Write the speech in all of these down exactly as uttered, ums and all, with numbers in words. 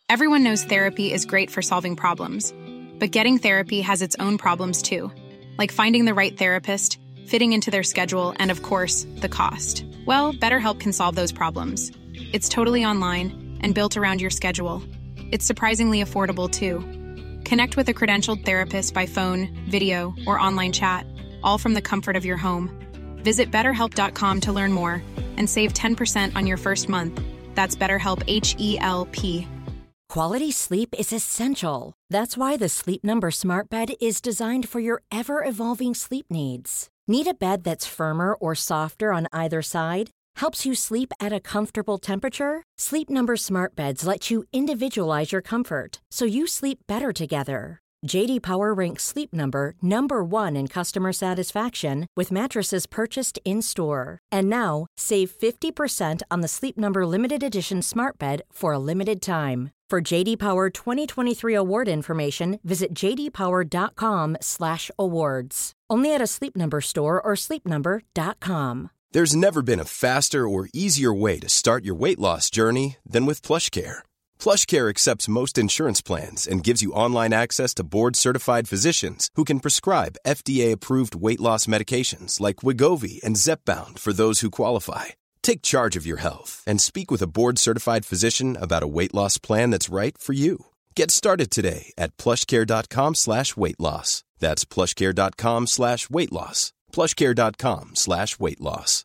Everyone knows therapy is great for solving problems, but getting therapy has its own problems too, like finding the right therapist, fitting into their schedule, and of course, the cost. Well, BetterHelp can solve those problems. It's totally online and built around your schedule. It's surprisingly affordable too. Connect with a credentialed therapist by phone, video, or online chat, all from the comfort of your home. Visit better help dot com to learn more and save ten percent on your first month. That's BetterHelp, H E L P. Quality sleep is essential. That's why the Sleep Number Smart Bed is designed for your ever-evolving sleep needs. Need a bed that's firmer or softer on either side? Helps you sleep at a comfortable temperature? Sleep Number Smart Beds let you individualize your comfort, so you sleep better together. J D Power ranks Sleep Number number one in customer satisfaction with mattresses purchased in-store. And now, save fifty percent on the Sleep Number Limited Edition Smart Bed for a limited time. For J D Power twenty twenty-three award information, visit j d power dot com slash awards. Only at a Sleep Number store or sleep number dot com. There's never been a faster or easier way to start your weight loss journey than with PlushCare. PlushCare accepts most insurance plans and gives you online access to board-certified physicians who can prescribe F D A-approved weight loss medications like Wegovy and Zepbound for those who qualify. Take charge of your health and speak with a board-certified physician about a weight loss plan that's right for you. Get started today at plushcare.com slash weight loss. That's plushcare.com slash weight loss. plushcare.com slash weight loss.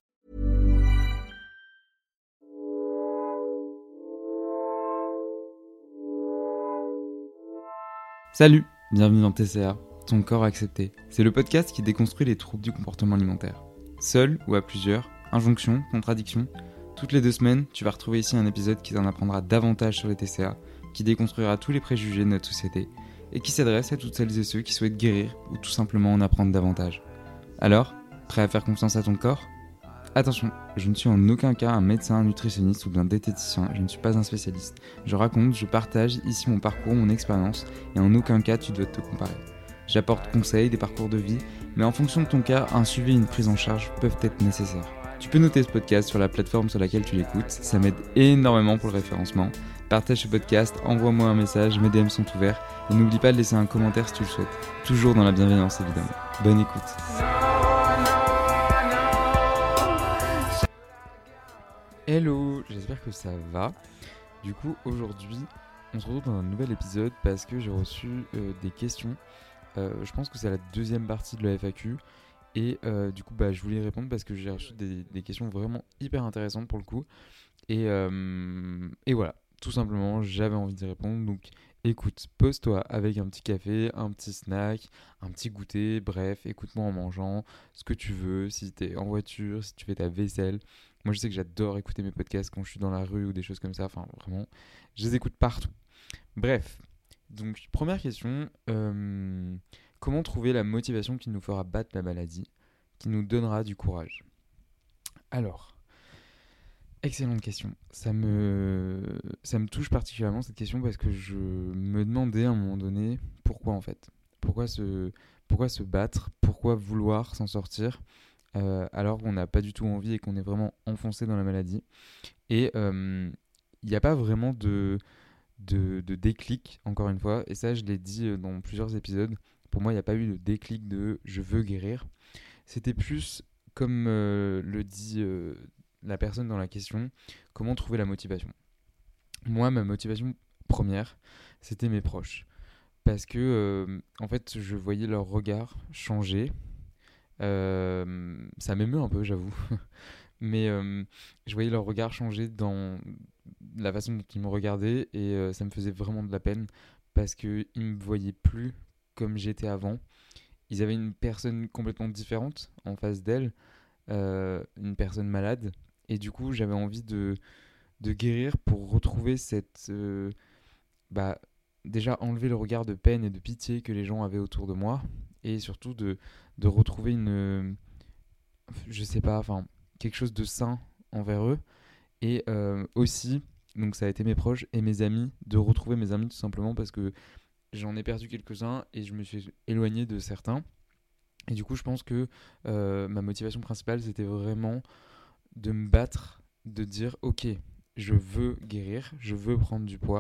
Salut, bienvenue dans T C A, ton corps accepté. C'est le podcast qui déconstruit les troubles du comportement alimentaire. Seul ou à plusieurs, injonctions, contradictions, toutes les deux semaines, tu vas retrouver ici un épisode qui t'en apprendra davantage sur les T C A, qui déconstruira tous les préjugés de notre société et qui s'adresse à toutes celles et ceux qui souhaitent guérir ou tout simplement en apprendre davantage. Alors, prêt à faire confiance à ton corps ? Attention, je ne suis en aucun cas un médecin, un nutritionniste ou bien diététicien, je ne suis pas un spécialiste. Je raconte, je partage ici mon parcours, mon expérience, et en aucun cas tu dois te comparer. J'apporte conseils, des parcours de vie, mais en fonction de ton cas, un suivi et une prise en charge peuvent être nécessaires. Tu peux noter ce podcast sur la plateforme sur laquelle tu l'écoutes, ça m'aide énormément pour le référencement. Partage ce podcast, envoie-moi un message, mes D M sont ouverts, et n'oublie pas de laisser un commentaire si tu le souhaites. Toujours dans la bienveillance évidemment. Bonne écoute. Hello, j'espère que ça va. Du coup, aujourd'hui, on se retrouve dans un nouvel épisode parce que j'ai reçu euh, des questions. Euh, je pense que c'est la deuxième partie de la F A Q. Et euh, du coup, bah, je voulais y répondre parce que j'ai reçu des, des questions vraiment hyper intéressantes pour le coup. Et, euh, et voilà, tout simplement, j'avais envie d'y répondre. Donc écoute, pose-toi avec un petit café, un petit snack, un petit goûter. Bref, écoute-moi en mangeant, ce que tu veux. Si t'es en voiture, si tu fais ta vaisselle. Moi, je sais que j'adore écouter mes podcasts quand je suis dans la rue ou des choses comme ça. Enfin, vraiment, je les écoute partout. Bref, donc, première question. Euh, comment trouver la motivation qui nous fera battre la maladie, qui nous donnera du courage ? Alors, excellente question. Ça me, ça me touche particulièrement, cette question, parce que je me demandais à un moment donné pourquoi, en fait. Pourquoi se, pourquoi se battre ? Pourquoi vouloir s'en sortir ? Euh, alors qu'on n'a pas du tout envie et qu'on est vraiment enfoncé dans la maladie. Et il euh, n'y a pas vraiment de, de, de déclic, encore une fois, et ça je l'ai dit dans plusieurs épisodes, pour moi il n'y a pas eu de déclic de « je veux guérir ». C'était plus, comme euh, le dit euh, la personne dans la question, comment trouver la motivation. Moi, ma motivation première, c'était mes proches. Parce que, euh, en fait, je voyais leur regard changer. Euh, ça m'émeut un peu, j'avoue, mais euh, je voyais leur regard changer dans la façon dont ils me regardaient et euh, ça me faisait vraiment de la peine parce qu'ils ne me voyaient plus comme j'étais avant. Ils avaient une personne complètement différente en face d'elle, euh, une personne malade, et du coup j'avais envie de, de guérir pour retrouver cette... Euh, bah, déjà enlever le regard de peine et de pitié que les gens avaient autour de moi, et surtout de, de retrouver une, je sais pas, enfin quelque chose de sain envers eux, et euh, aussi, donc ça a été mes proches et mes amis, de retrouver mes amis tout simplement parce que j'en ai perdu quelques-uns et je me suis éloigné de certains, et du coup je pense que euh, ma motivation principale c'était vraiment de me battre, de dire ok, je veux guérir, je veux prendre du poids,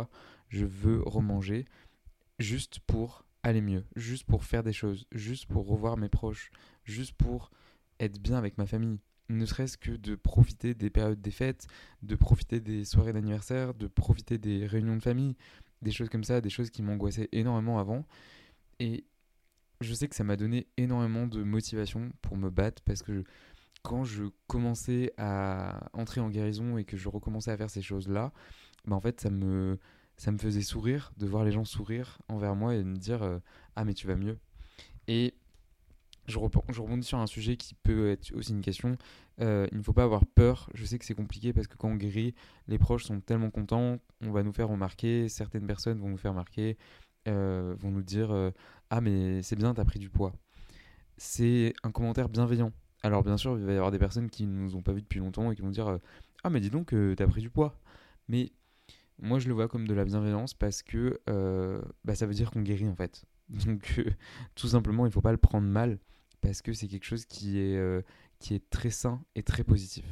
je veux remanger juste pour aller mieux, juste pour faire des choses, juste pour revoir mes proches, juste pour être bien avec ma famille. Ne serait-ce que de profiter des périodes des fêtes, de profiter des soirées d'anniversaire, de profiter des réunions de famille, des choses comme ça, des choses qui m'angoissaient énormément avant. Et je sais que ça m'a donné énormément de motivation pour me battre parce que quand je commençais à entrer en guérison et que je recommençais à faire ces choses-là, bah en fait, ça me, ça me faisait sourire de voir les gens sourire envers moi et de me dire euh, « Ah, mais tu vas mieux ». Et je, rep- je rebondis sur un sujet qui peut être aussi une question. Euh, il ne faut pas avoir peur. Je sais que c'est compliqué parce que quand on guérit, les proches sont tellement contents. On va nous faire remarquer, certaines personnes vont nous faire remarquer, euh, vont nous dire euh, Ah, mais c'est bien, t'as pris du poids. C'est un commentaire bienveillant. Alors bien sûr, il va y avoir des personnes qui ne nous ont pas vus depuis longtemps et qui vont dire euh, Ah, mais dis donc, euh, t'as pris du poids. Mais moi, je le vois comme de la bienveillance parce que euh, bah, ça veut dire qu'on guérit en fait. Donc, euh, tout simplement, il ne faut pas le prendre mal parce que c'est quelque chose qui est, euh, qui est très sain et très positif.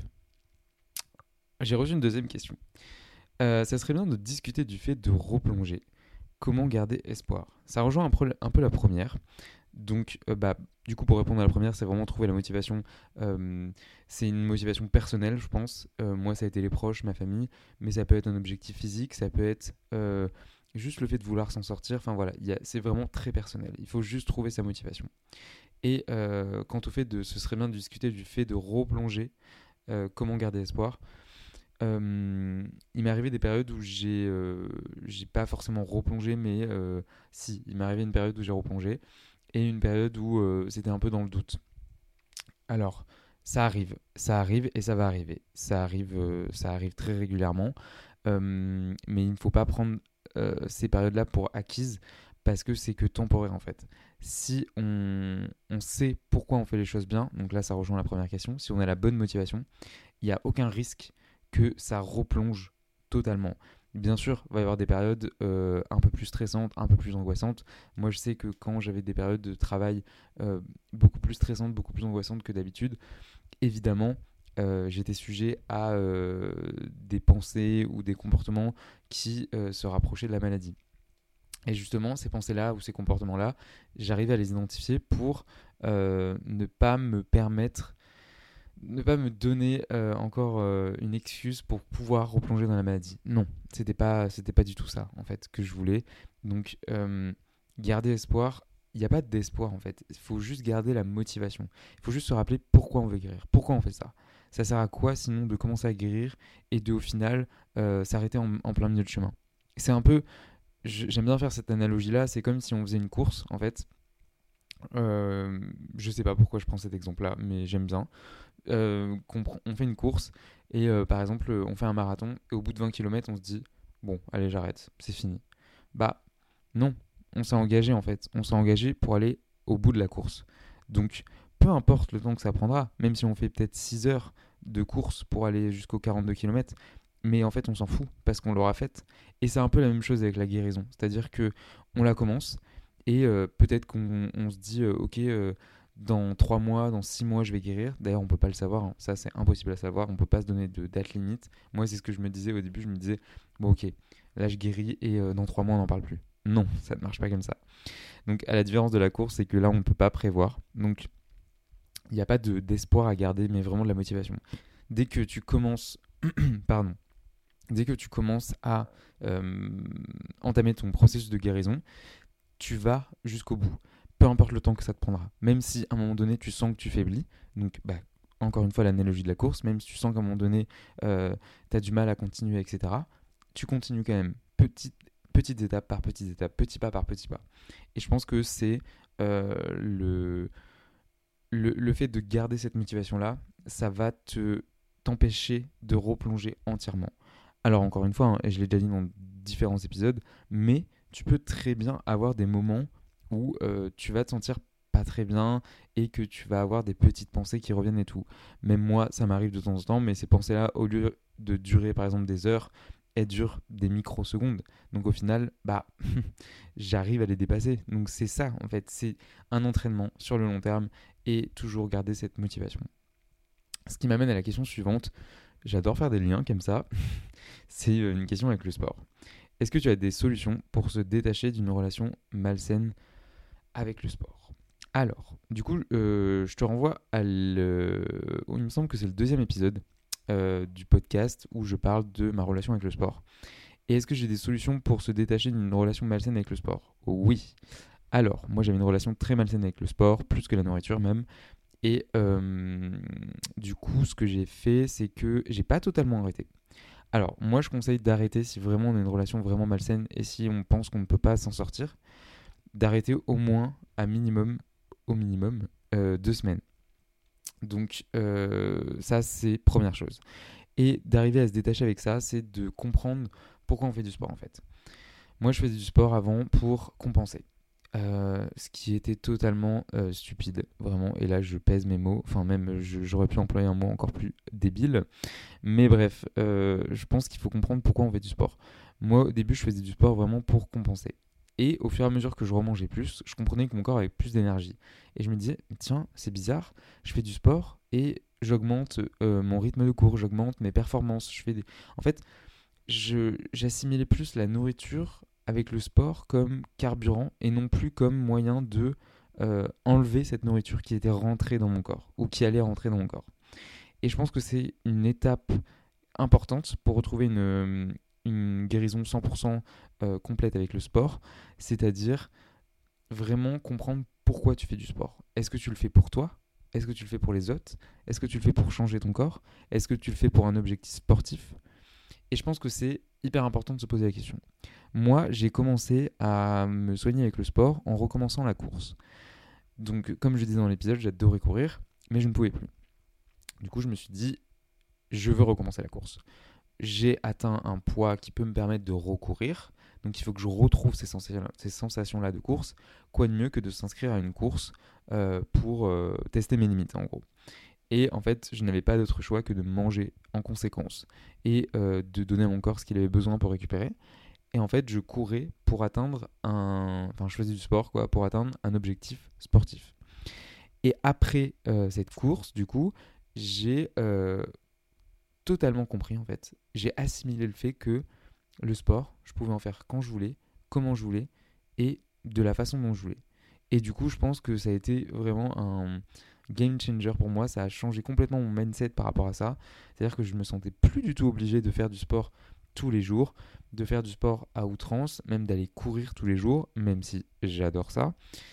J'ai reçu une deuxième question. Euh, ça serait bien de discuter du fait de replonger. Comment garder espoir ? Ça rejoint un, pro- un peu la première. Donc, euh, bah, du coup, pour répondre à la première, c'est vraiment trouver la motivation. Euh, c'est une motivation personnelle, je pense. Euh, moi, ça a été les proches, ma famille, mais ça peut être un objectif physique, ça peut être euh, juste le fait de vouloir s'en sortir. Enfin voilà, y a, c'est vraiment très personnel. Il faut juste trouver sa motivation. Et euh, quant au fait de, ce serait bien de discuter du fait de replonger, euh, comment garder espoir. Euh, il m'est arrivé des périodes où j'ai, euh, j'ai pas forcément replongé, mais euh, si, il m'est arrivé une période où j'ai replongé et une période où euh, c'était un peu dans le doute. Alors, ça arrive, ça arrive et ça va arriver. Ça arrive, euh, ça arrive très régulièrement, euh, mais il ne faut pas prendre euh, ces périodes-là pour acquises parce que c'est que temporaire en fait. Si on, on sait pourquoi on fait les choses bien, donc là ça rejoint la première question, si on a la bonne motivation, il n'y a aucun risque que ça replonge totalement. Bien sûr, il va y avoir des périodes euh, un peu plus stressantes, un peu plus angoissantes. Moi, je sais que quand j'avais des périodes de travail euh, beaucoup plus stressantes, beaucoup plus angoissantes que d'habitude, évidemment, euh, j'étais sujet à euh, des pensées ou des comportements qui euh, se rapprochaient de la maladie. Et justement, ces pensées-là ou ces comportements-là, j'arrivais à les identifier pour euh, ne pas me permettre ne pas me donner euh, encore euh, une excuse pour pouvoir replonger dans la maladie. Non, c'était pas, c'était pas du tout ça, en fait, que je voulais. Donc, euh, garder espoir, il n'y a pas d'espoir, en fait. Il faut juste garder la motivation. Il faut juste se rappeler pourquoi on veut guérir, pourquoi on fait ça. Ça sert à quoi, sinon, de commencer à guérir et de, au final, euh, s'arrêter en, en plein milieu de chemin. C'est un peu... J'aime bien faire cette analogie-là, c'est comme si on faisait une course, en fait. Euh, je sais pas pourquoi je prends cet exemple-là, mais j'aime bien. Euh, qu'on pr- on fait une course et euh, par exemple on fait un marathon et au bout de vingt kilomètres on se dit bon allez j'arrête, c'est fini. Bah non, on s'est engagé en fait, on s'est engagé pour aller au bout de la course. Donc peu importe le temps que ça prendra, même si on fait peut-être six heures de course pour aller jusqu'aux quarante-deux kilomètres, mais en fait on s'en fout parce qu'on l'aura faite. Et c'est un peu la même chose avec la guérison, c'est-à-dire que on la commence et euh, peut-être qu'on on se dit euh, ok euh, dans trois mois, dans six mois, je vais guérir. D'ailleurs, on peut pas le savoir, hein. Ça c'est impossible à savoir, on peut pas se donner de date limite. Moi, c'est ce que je me disais au début, je me disais, bon ok, là je guéris et euh, dans trois mois, on n'en parle plus. Non, ça ne marche pas comme ça. Donc, à la différence de la course, c'est que là, on ne peut pas prévoir. Donc, il n'y a pas de, d'espoir à garder, mais vraiment de la motivation. Dès que tu commences, pardon, dès que tu commences à euh, entamer ton processus de guérison, tu vas jusqu'au bout. Peu importe le temps que ça te prendra. Même si à un moment donné, tu sens que tu faiblis, donc bah, encore une fois l'analogie de la course, même si tu sens qu'à un moment donné, euh, tu as du mal à continuer, et cetera, tu continues quand même, petite, petite étape par petite étape, petit pas par petit pas. Et je pense que c'est euh, le, le, le fait de garder cette motivation-là, ça va te, t'empêcher de replonger entièrement. Alors encore une fois, hein, et je l'ai déjà dit dans différents épisodes, mais tu peux très bien avoir des moments où euh, tu vas te sentir pas très bien et que tu vas avoir des petites pensées qui reviennent et tout. Même moi, ça m'arrive de temps en temps, mais ces pensées-là, au lieu de durer par exemple des heures, elles durent des microsecondes. Donc au final, bah, j'arrive à les dépasser. Donc c'est ça, en fait, c'est un entraînement sur le long terme et toujours garder cette motivation. Ce qui m'amène à la question suivante. J'adore faire des liens comme ça. C'est une question avec le sport. est-ce que tu as des solutions pour se détacher d'une relation malsaine avec le sport ? Alors, du coup, euh, je te renvoie à le... Il me semble que c'est le deuxième épisode euh, du podcast où je parle de ma relation avec le sport. Et est-ce que j'ai des solutions pour se détacher d'une relation malsaine avec le sport ? Oui. Alors, moi j'avais une relation très malsaine avec le sport, plus que la nourriture même. Et euh, du coup, ce que j'ai fait, c'est que j'ai pas totalement arrêté. Alors, moi je conseille d'arrêter si vraiment on a une relation vraiment malsaine et si on pense qu'on ne peut pas s'en sortir, d'arrêter au moins, à minimum, au minimum, euh, deux semaines. Donc euh, ça, c'est première chose. Et d'arriver à se détacher avec ça, c'est de comprendre pourquoi on fait du sport en fait. Moi, je faisais du sport avant pour compenser. Euh, ce qui était totalement euh, stupide, vraiment. Et là, je pèse mes mots. Enfin, même, je, j'aurais pu employer un mot encore plus débile. Mais bref, euh, je pense qu'il faut comprendre pourquoi on fait du sport. Moi, au début, je faisais du sport vraiment pour compenser. Et au fur et à mesure que je remangeais plus, je comprenais que mon corps avait plus d'énergie. Et je me disais, tiens, c'est bizarre, je fais du sport et j'augmente euh, mon rythme de cours, j'augmente mes performances. Je fais des... En fait, je, j'assimilais plus la nourriture avec le sport comme carburant et non plus comme moyen de euh, enlever cette nourriture qui était rentrée dans mon corps ou qui allait rentrer dans mon corps. Et je pense que c'est une étape importante pour retrouver une, une guérison cent pour cent euh, complète avec le sport, c'est-à-dire vraiment comprendre pourquoi tu fais du sport. Est-ce que tu le fais pour toi ? Est-ce que tu le fais pour les autres ? Est-ce que tu le fais pour changer ton corps ? Est-ce que tu le fais pour un objectif sportif ? Et je pense que c'est hyper important de se poser la question. Moi, j'ai commencé à me soigner avec le sport en recommençant la course. Donc, comme je disais dans l'épisode, j'adorais courir, mais je ne pouvais plus. Du coup, je me suis dit, je veux recommencer la course. J'ai atteint un poids qui peut me permettre de recourir. Donc, il faut que je retrouve ces sensations-là, ces sensations-là de course. Quoi de mieux que de s'inscrire à une course euh, pour euh, tester mes limites, en gros. Et en fait, je n'avais pas d'autre choix que de manger en conséquence et euh, de donner à mon corps ce qu'il avait besoin pour récupérer. Et en fait, je courais pour atteindre un... Enfin, je faisais du sport, quoi, pour atteindre un objectif sportif. Et après euh, cette course, du coup, j'ai euh, totalement compris, en fait. J'ai assimilé le fait que le sport, je pouvais en faire quand je voulais, comment je voulais et de la façon dont je voulais. Et du coup, je pense que ça a été vraiment un game changer pour moi. Ça a changé complètement mon mindset par rapport à ça. C'est-à-dire que je me sentais plus du tout obligé de faire du sport tous les jours, de faire du sport à outrance, même d'aller courir tous les jours, même si j'adore ça.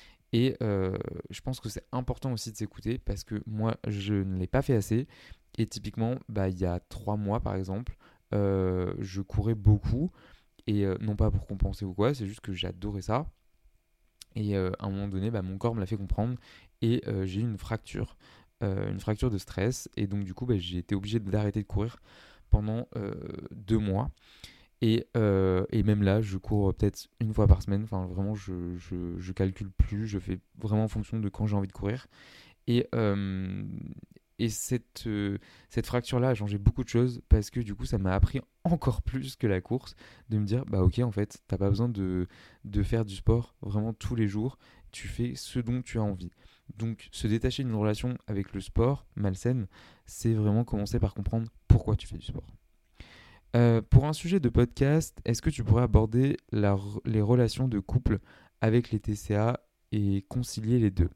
Et euh, je pense que c'est important aussi de s'écouter parce que moi, je ne l'ai pas fait assez. Et typiquement, bah, il y a trois mois, par exemple, euh, je courais beaucoup. Et euh, non pas pour compenser ou quoi, c'est juste que j'adorais ça. Et euh, à un moment donné, bah, mon corps me l'a fait comprendre. Et euh, j'ai eu une fracture, euh, une fracture de stress. Et donc, du coup, bah, j'ai été obligé d'arrêter de courir pendant euh, deux mois. Et, euh, et même là, je cours peut-être une fois par semaine. Enfin, vraiment, je, je, je calcule plus. Je fais vraiment en fonction de quand j'ai envie de courir. Et, euh, et cette, euh, cette fracture-là a changé beaucoup de choses parce que du coup, ça m'a appris encore plus que la course de me dire, bah ok, en fait, t'as pas besoin de, de faire du sport vraiment tous les jours. Tu fais ce dont tu as envie. Donc, se détacher d'une relation avec le sport malsaine, c'est vraiment commencer par comprendre pourquoi tu fais du sport. Euh, pour un sujet de podcast, est-ce que tu pourrais aborder la, les relations de couple avec les T C A et concilier les deux ?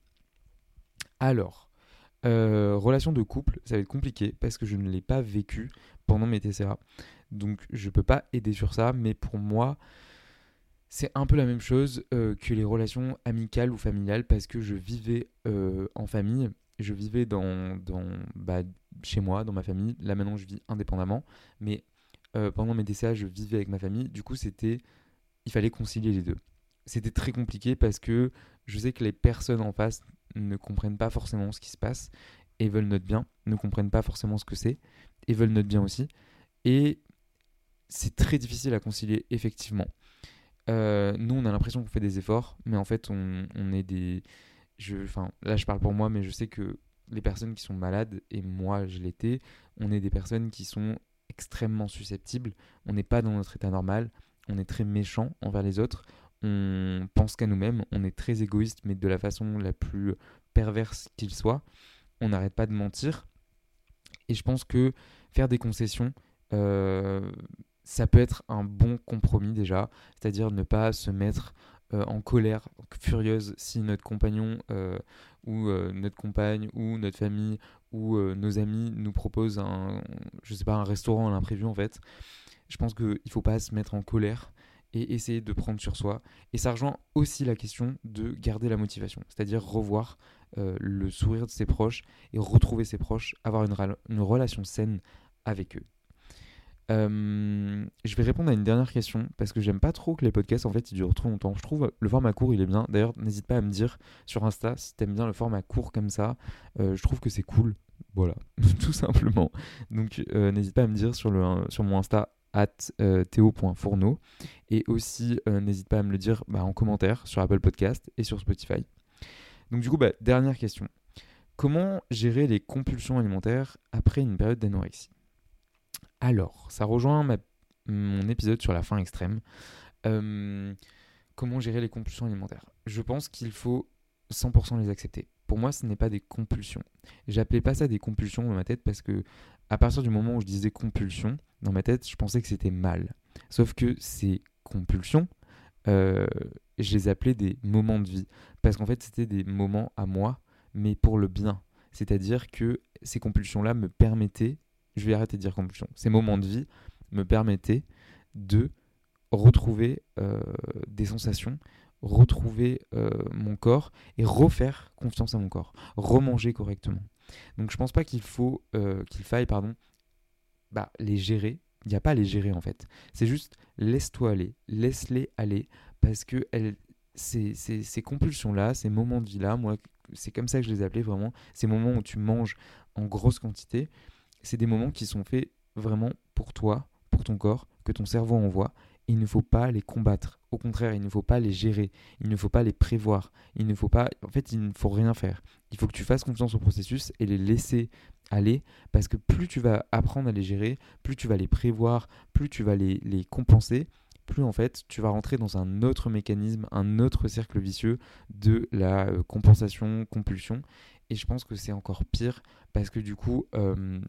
Alors, euh, relation de couple, ça va être compliqué parce que je ne l'ai pas vécu pendant mes T C A. Donc, je ne peux pas aider sur ça, mais pour moi, c'est un peu la même chose euh, que les relations amicales ou familiales parce que je vivais euh, en famille, je vivais dans, dans, bah, chez moi, dans ma famille. Là, maintenant, je vis indépendamment, mais Euh, pendant mes T C A, je vivais avec ma famille. Du coup, c'était, il fallait concilier les deux. C'était très compliqué parce que je sais que les personnes en face ne comprennent pas forcément ce qui se passe et veulent notre bien, ne comprennent pas forcément ce que c'est et veulent notre bien aussi. Et c'est très difficile à concilier, effectivement. Euh, nous, on a l'impression qu'on fait des efforts, mais en fait, on, on est des... Je, enfin, là, je parle pour moi, mais je sais que les personnes qui sont malades, et moi, je l'étais, on est des personnes qui sont extrêmement susceptibles, on n'est pas dans notre état normal, on est très méchant envers les autres, on pense qu'à nous-mêmes, on est très égoïste mais de la façon la plus perverse qu'il soit, on n'arrête pas de mentir et je pense que faire des concessions euh, ça peut être un bon compromis déjà, c'est-à-dire ne pas se mettre euh, en colère furieuse si notre compagnon euh, ou euh, notre compagne ou notre famille ou euh, nos amis nous proposent un, je sais pas, un restaurant à l'imprévu en fait. Je pense qu'il ne faut pas se mettre en colère et essayer de prendre sur soi. Et ça rejoint aussi la question de garder la motivation, c'est-à-dire revoir euh, le sourire de ses proches et retrouver ses proches, avoir une, ra- une relation saine avec eux. Euh, je vais répondre à une dernière question parce que j'aime pas trop que les podcasts en fait ils durent trop longtemps. Je trouve le format court il est bien. D'ailleurs n'hésite pas à me dire sur Insta si t'aimes bien le format court comme ça. Euh, je trouve que c'est cool. Voilà, tout simplement. Donc euh, n'hésite pas à me dire sur, le, sur mon Insta at euh, théo point fourneau et aussi euh, n'hésite pas à me le dire bah, en commentaire sur Apple Podcast et sur Spotify. Donc du coup bah, dernière question. Comment gérer les compulsions alimentaires après une période d'anorexie ? Alors, ça rejoint ma, mon épisode sur la faim extrême. Euh, comment gérer les compulsions alimentaires ? Je pense qu'il faut cent pour cent les accepter. Pour moi, ce n'est pas des compulsions. J'appelais pas ça des compulsions dans ma tête parce que à partir du moment où je disais compulsion, dans ma tête, je pensais que c'était mal. Sauf que ces compulsions, euh, je les appelais des moments de vie. Parce qu'en fait, c'était des moments à moi, mais pour le bien. C'est-à-dire que ces compulsions-là me permettaient, je vais arrêter de dire compulsion, ces moments de vie me permettaient de retrouver euh, des sensations, retrouver euh, mon corps et refaire confiance à mon corps, remanger correctement. Donc je pense pas qu'il faut euh, qu'il faille pardon, bah, les gérer. Il n'y a pas à les gérer en fait. C'est juste laisse-toi aller, laisse-les aller parce que elles, ces, ces, ces compulsions-là, ces moments de vie-là, moi c'est comme ça que je les appelais vraiment, ces moments où tu manges en grosse quantité, c'est des moments qui sont faits vraiment pour toi, pour ton corps, que ton cerveau envoie. Il ne faut pas les combattre. Au contraire, il ne faut pas les gérer. Il ne faut pas les prévoir. Il ne faut pas... En fait, il ne faut rien faire. Il faut que tu fasses confiance au processus et les laisser aller parce que plus tu vas apprendre à les gérer, plus tu vas les prévoir, plus tu vas les, les compenser, plus en fait, tu vas rentrer dans un autre mécanisme, un autre cercle vicieux de la euh, compensation, compulsion. Et je pense que c'est encore pire parce que du coup... Euh,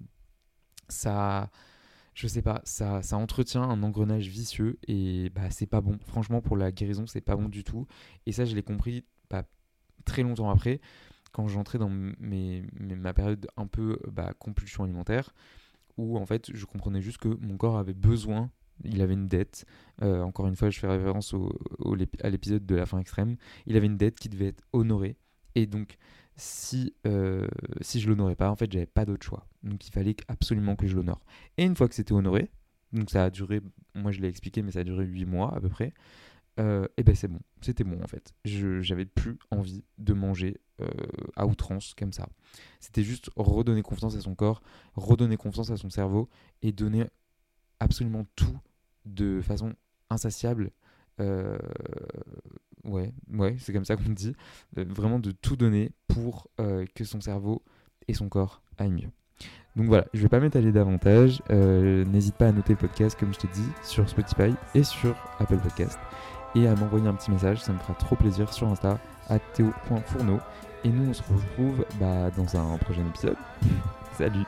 ça, je sais pas, ça, ça entretient un engrenage vicieux et bah c'est pas bon. Franchement, pour la guérison, c'est pas bon du tout. Et ça, je l'ai compris bah, très longtemps après, quand j'entrais dans mes, mes, ma période un peu bah, compulsion alimentaire, où en fait, je comprenais juste que mon corps avait besoin, il avait une dette. Euh, encore une fois, je fais référence au, au, à l'épisode de la faim extrême. Il avait une dette qui devait être honorée. Et donc, si, euh, si je ne l'honorais pas, en fait, j'avais pas d'autre choix. Donc, il fallait absolument que je l'honore. Et une fois que c'était honoré, donc ça a duré, moi je l'ai expliqué, mais ça a duré huit mois à peu près, euh, et ben c'est bon, c'était bon en fait. Je j'avais plus envie de manger euh, à outrance comme ça. C'était juste redonner confiance à son corps, redonner confiance à son cerveau et donner absolument tout de façon insatiable. Euh, ouais, ouais, c'est comme ça qu'on dit. Euh, vraiment de tout donner pour euh, que son cerveau et son corps aillent mieux. Donc voilà, je vais pas m'étaler davantage. Euh, n'hésite pas à noter le podcast, comme je t'ai dit, sur Spotify et sur Apple Podcast. Et à m'envoyer un petit message, ça me fera trop plaisir sur Insta, à théo point fourneau. Et nous, on se retrouve bah, dans un prochain épisode. Salut!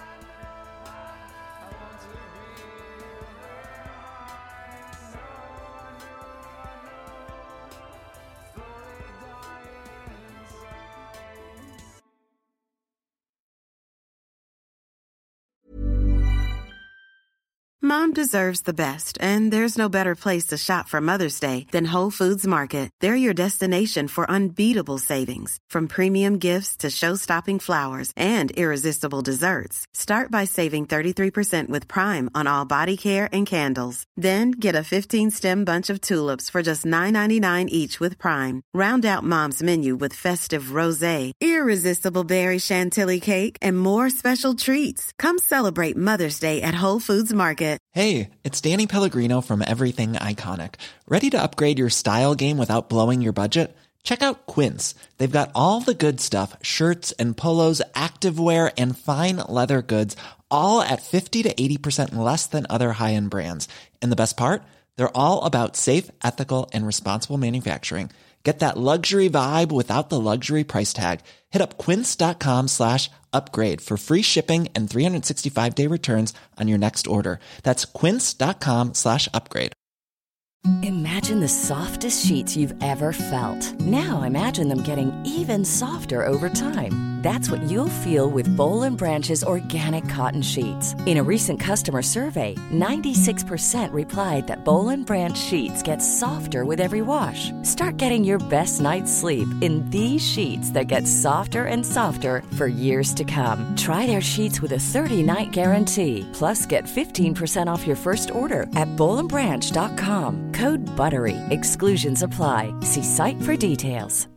Mom deserves the best, and there's no better place to shop for Mother's Day than Whole Foods Market. They're your destination for unbeatable savings, from premium gifts to show-stopping flowers and irresistible desserts. Start by saving thirty-three percent with Prime on all body care and candles. Then get a fifteen-stem bunch of tulips for just nine ninety-nine each with Prime. Round out Mom's menu with festive rosé, irresistible berry chantilly cake, and more special treats. Come celebrate Mother's Day at Whole Foods Market. Hey, it's Danny Pellegrino from Everything Iconic. Ready to upgrade your style game without blowing your budget? Check out Quince. They've got all the good stuff, shirts and polos, activewear, and fine leather goods, all at fifty to eighty percent less than other high-end brands. And the best part? They're all about safe, ethical, and responsible manufacturing. Get that luxury vibe without the luxury price tag. Hit up quince.com slash upgrade for free shipping and three sixty-five day returns on your next order. That's quince.com slash upgrade. Imagine the softest sheets you've ever felt. Now imagine them getting even softer over time. That's what you'll feel with Boll and Branch's organic cotton sheets. In a recent customer survey, ninety-six percent replied that Boll and Branch sheets get softer with every wash. Start getting your best night's sleep in these sheets that get softer and softer for years to come. Try their sheets with a thirty night guarantee. Plus, get fifteen percent off your first order at boll and branch dot com. Code BUTTERY. Exclusions apply. See site for details.